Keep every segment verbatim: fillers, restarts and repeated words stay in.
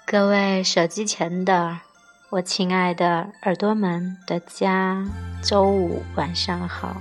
各位手机前的我亲爱的耳朵们，大家周五晚上好。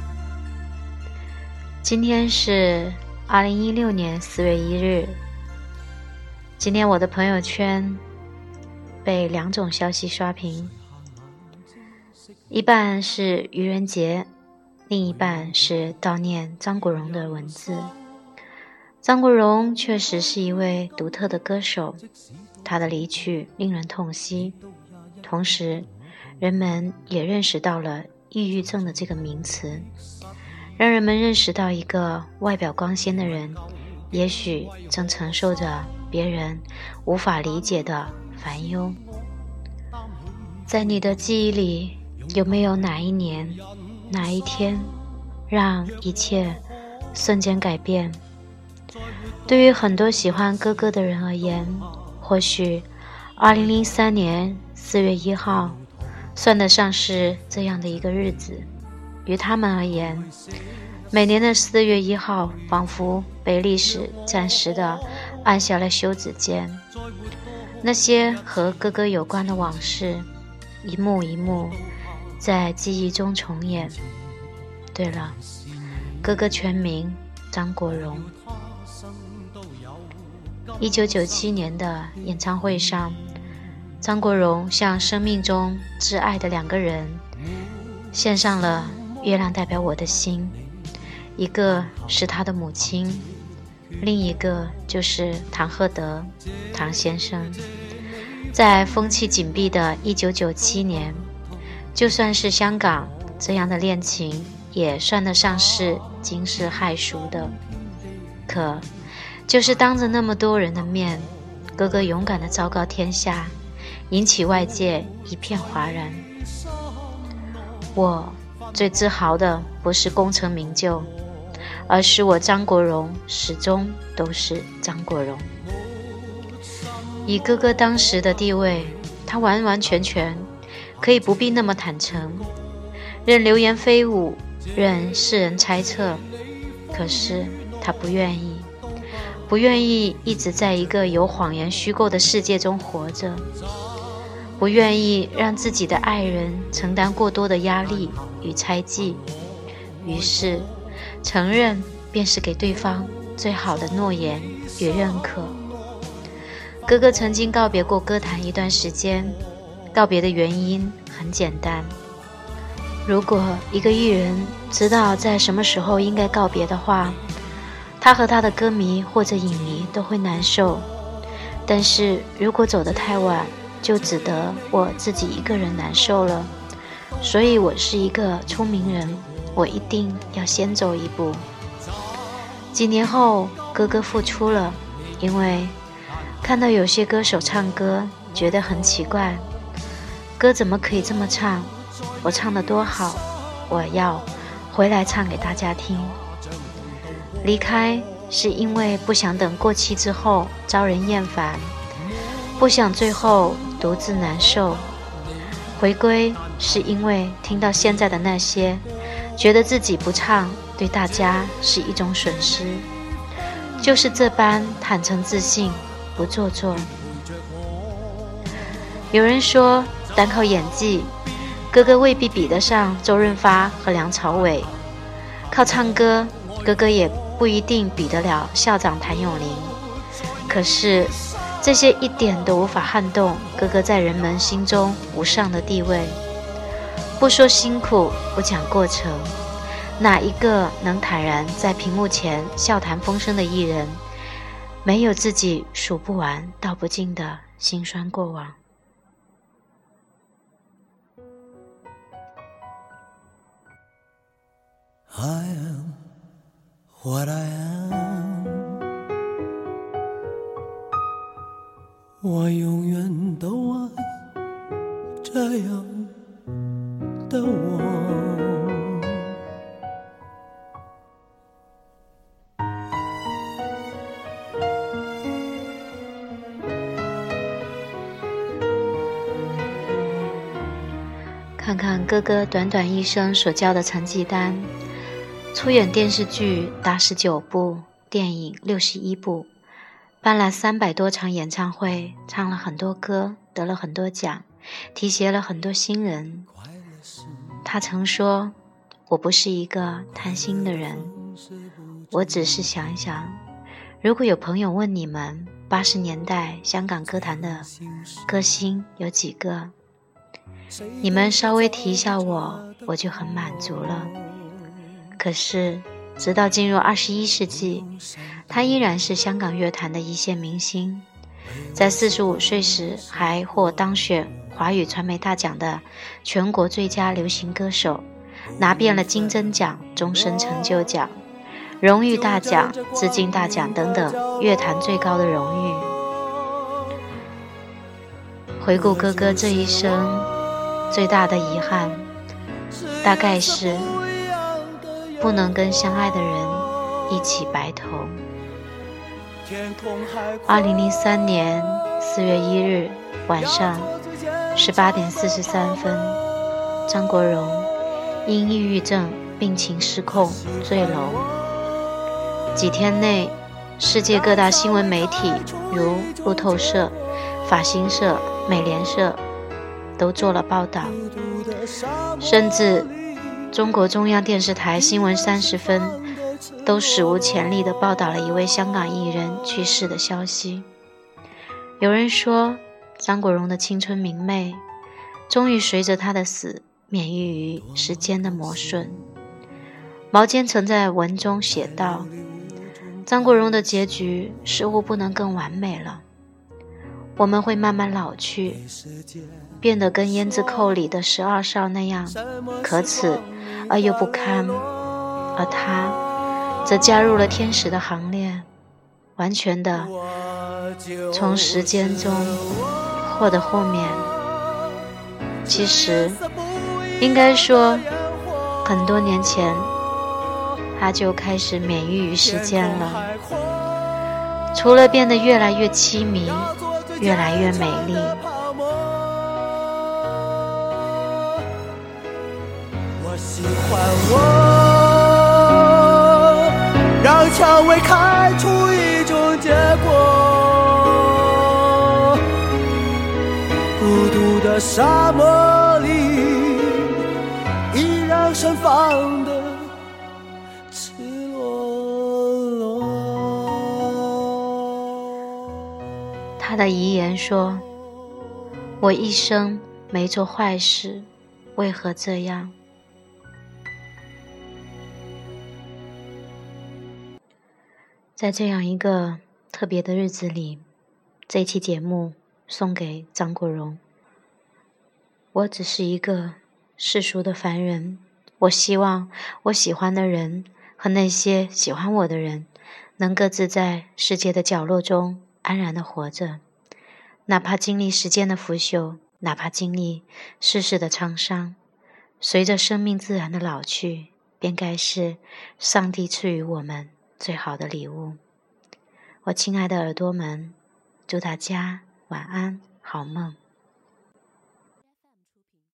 今天是二零一六年四月一日。今天我的朋友圈被两种消息刷屏，一半是愚人节，另一半是悼念张国荣的文字。张国荣确实是一位独特的歌手，他的离去令人痛惜，同时人们也认识到了抑郁症的这个名词，让人们认识到一个外表光鲜的人也许正承受着别人无法理解的烦忧。在你的记忆里，有没有哪一年哪一天让一切瞬间改变？对于很多喜欢哥哥的人而言，或许二零零三年四月一号算得上是这样的一个日子。于他们而言，每年的四月一号仿佛被历史暂时地按下了休止键，那些和哥哥有关的往事一幕一幕在记忆中重演。对了，哥哥全名张国荣。一九九七年的演唱会上，张国荣向生命中挚爱的两个人献上了《月亮代表我的心》，一个是他的母亲，另一个就是唐鹤德唐先生。在风气紧闭的一九九七年，就算是香港，这样的恋情也算得上是惊世骇俗的。可就是当着那么多人的面，哥哥勇敢地昭告天下，引起外界一片哗然。我最自豪的不是功成名就，而是我张国荣始终都是张国荣。以哥哥当时的地位，他完完全全可以不必那么坦诚，任流言飞舞，任世人猜测，可是他不愿意不愿意一直在一个有谎言虚构的世界中活着，不愿意让自己的爱人承担过多的压力与猜忌，于是承认便是给对方最好的诺言与认可。哥哥曾经告别过歌坛一段时间，告别的原因很简单，如果一个艺人知道在什么时候应该告别的话，他和他的歌迷或者影迷都会难受，但是如果走得太晚，就只得我自己一个人难受了。所以我是一个聪明人，我一定要先走一步。几年后，哥哥复出了，因为看到有些歌手唱歌觉得很奇怪，歌怎么可以这么唱？我唱得多好，我要回来唱给大家听。离开是因为不想等过期之后招人厌烦，不想最后独自难受。回归是因为听到现在的那些，觉得自己不唱对大家是一种损失，就是这般坦诚自信，不做作。有人说单靠演技，哥哥未必比得上周润发和梁朝伟，靠唱歌，哥哥也不一定比得了校长谭咏麟。可是这些一点都无法撼动哥哥在人们心中无上的地位。不说辛苦，不讲过程，哪一个能坦然在屏幕前笑谈风声的艺人，没有自己数不完道不尽的辛酸过往。 I am what I am， 我永远都爱这样的我。 看看哥哥短短一生所交的成绩单，出演电视剧达十九部，电影六十一部， 办了三百多场演唱会，唱了很多歌，得了很多奖，提携了很多新人。他曾说，我不是一个贪心的人，我只是想想，如果有朋友问你们八十年代香港歌坛的歌星有几个，你们稍微提一下我，我就很满足了。可是直到进入二十一世纪，他依然是香港乐坛的一线明星，在四十五岁时还获当选华语传媒大奖的全国最佳流行歌手，拿遍了金针奖、终身成就奖、荣誉大奖、紫金大奖等等乐坛最高的荣誉。回顾哥哥这一生，最大的遗憾大概是不能跟相爱的人一起白头。二零零三年四月一日晚上十八点四十三分，张国荣因抑郁症病情失控坠楼。几天内，世界各大新闻媒体如路透社、法新社、美联社都做了报道，甚至中国中央电视台新闻三十分都史无前例地报道了一位香港艺人去世的消息。有人说，张国荣的青春明媚终于随着他的死免疫于时间的磨损。毛坚曾在文中写道，张国荣的结局似乎不能更完美了，我们会慢慢老去，变得跟胭脂扣里的十二少那样可耻而又不堪，而他则加入了天使的行列，完全的从时间中获得豁免。其实应该说，很多年前他就开始免疫于时间了，除了变得越来越凄迷，越来越美丽。 我喜欢我，让蔷薇开出一种结果，孤独的沙漠里依然盛放的赤裸裸。 他的遗言说，我一生没做坏事，为何这样？在这样一个特别的日子里，这一期节目送给张国荣。我只是一个世俗的凡人，我希望我喜欢的人和那些喜欢我的人能各自在世界的角落中安然地活着，哪怕经历时间的腐朽，哪怕经历世事的沧桑，随着生命自然的老去，便该是上帝赐予我们最好的礼物。我亲爱的耳朵们，祝大家晚安，好梦。